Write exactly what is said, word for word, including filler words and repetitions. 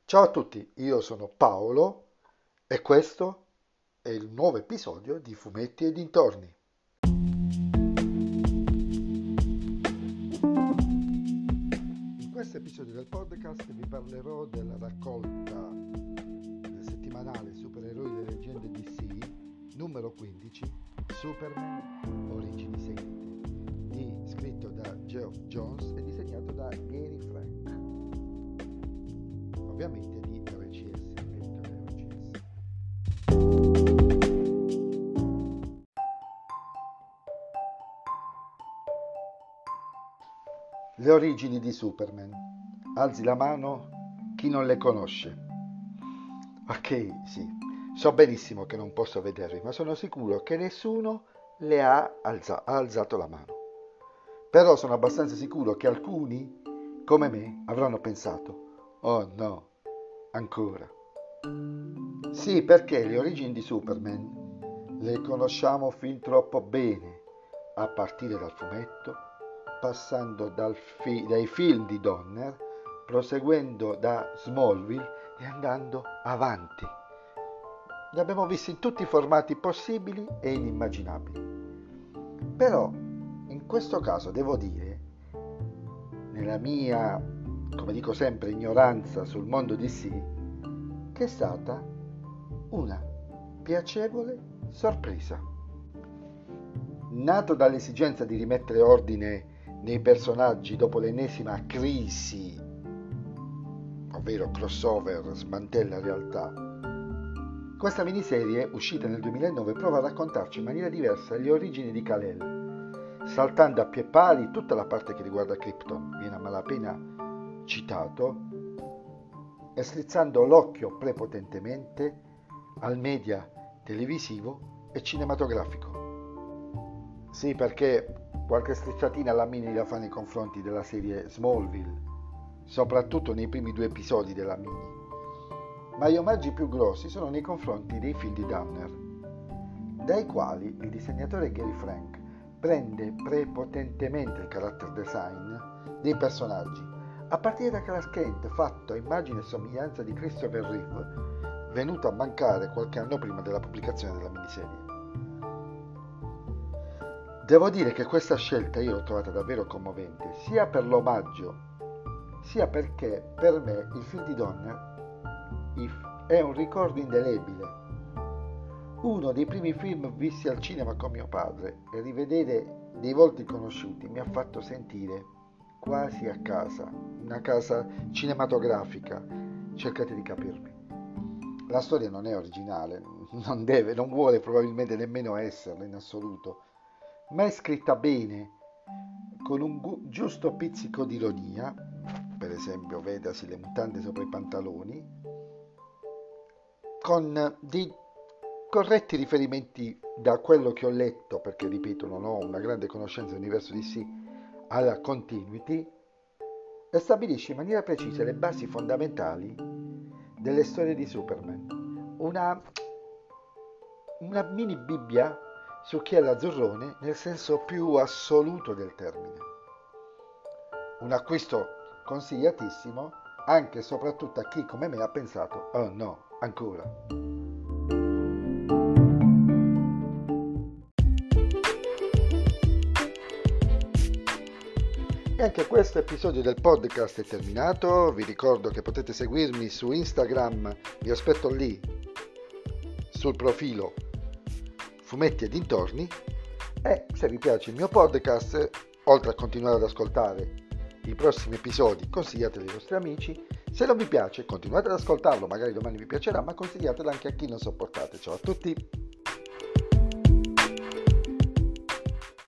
Ciao a tutti, io sono Paolo e questo è il nuovo episodio di Fumetti e dintorni. In questo episodio del podcast vi parlerò della raccolta del settimanale Supereroi delle leggende D C numero quindici, Superman Origini Segrete, di, scritto da Geoff Johns e disegnato da Gary Frank, ovviamente di R C S, editore R C S. Le origini di Superman. Alzi la mano chi non le conosce. Ok, sì, so benissimo che non posso vedervi, ma sono sicuro che nessuno le ha, alza- ha alzato la mano. Però sono abbastanza sicuro che alcuni, come me, avranno pensato: oh no, ancora. Sì, perché le origini di Superman le conosciamo fin troppo bene, a partire dal fumetto, passando dal fi- dai film di Donner, proseguendo da Smallville e andando avanti. Li abbiamo visti in tutti i formati possibili e inimmaginabili. Però, in questo caso devo dire, nella mia, come dico sempre, ignoranza sul mondo D C, che è stata una piacevole sorpresa. Nato dall'esigenza di rimettere ordine nei personaggi dopo l'ennesima crisi, ovvero crossover smantella realtà, questa miniserie, uscita nel duemilanove, prova a raccontarci in maniera diversa le origini di Kal-El, saltando a pie pari tutta la parte che riguarda Krypton, viene a malapena citato, e strizzando l'occhio prepotentemente al media televisivo e cinematografico. Sì, perché qualche strizzatina alla mini la fa nei confronti della serie Smallville, soprattutto nei primi due episodi della mini. Ma gli omaggi più grossi sono nei confronti dei film di Donner, dai quali il disegnatore Gary Frank prende prepotentemente il character design dei personaggi, a partire da Clark Kent, fatto a immagine e somiglianza di Christopher Reeve, venuto a mancare qualche anno prima della pubblicazione della miniserie. Devo dire che questa scelta io l'ho trovata davvero commovente, sia per l'omaggio, sia perché per me il film di Donner è un ricordo indelebile. Uno dei primi film visti al cinema con mio padre, e rivedere dei volti conosciuti mi ha fatto sentire quasi a casa, una casa cinematografica. Cercate di capirmi. La storia non è originale, non deve, non vuole probabilmente nemmeno esserlo in assoluto, ma è scritta bene, con un gu- giusto pizzico di ironia, per esempio vedasi le mutande sopra i pantaloni, con dei corretti riferimenti da quello che ho letto, perché ripeto non ho una grande conoscenza dell'universo D C, alla continuity, e stabilisce in maniera precisa le basi fondamentali delle storie di Superman. Una, una mini Bibbia su chi è l'azzurrone nel senso più assoluto del termine. Un acquisto consigliatissimo anche e soprattutto a chi come me ha pensato: oh no, ancora. E anche questo episodio del podcast è terminato. Vi ricordo che potete seguirmi su Instagram, vi aspetto lì sul profilo Fumetti e dintorni, e se vi piace il mio podcast, oltre a continuare ad ascoltare i prossimi episodi, consigliateli ai vostri amici. Se non vi piace, continuate ad ascoltarlo, magari domani vi piacerà, ma consigliatelo anche a chi non sopportate. Ciao a tutti!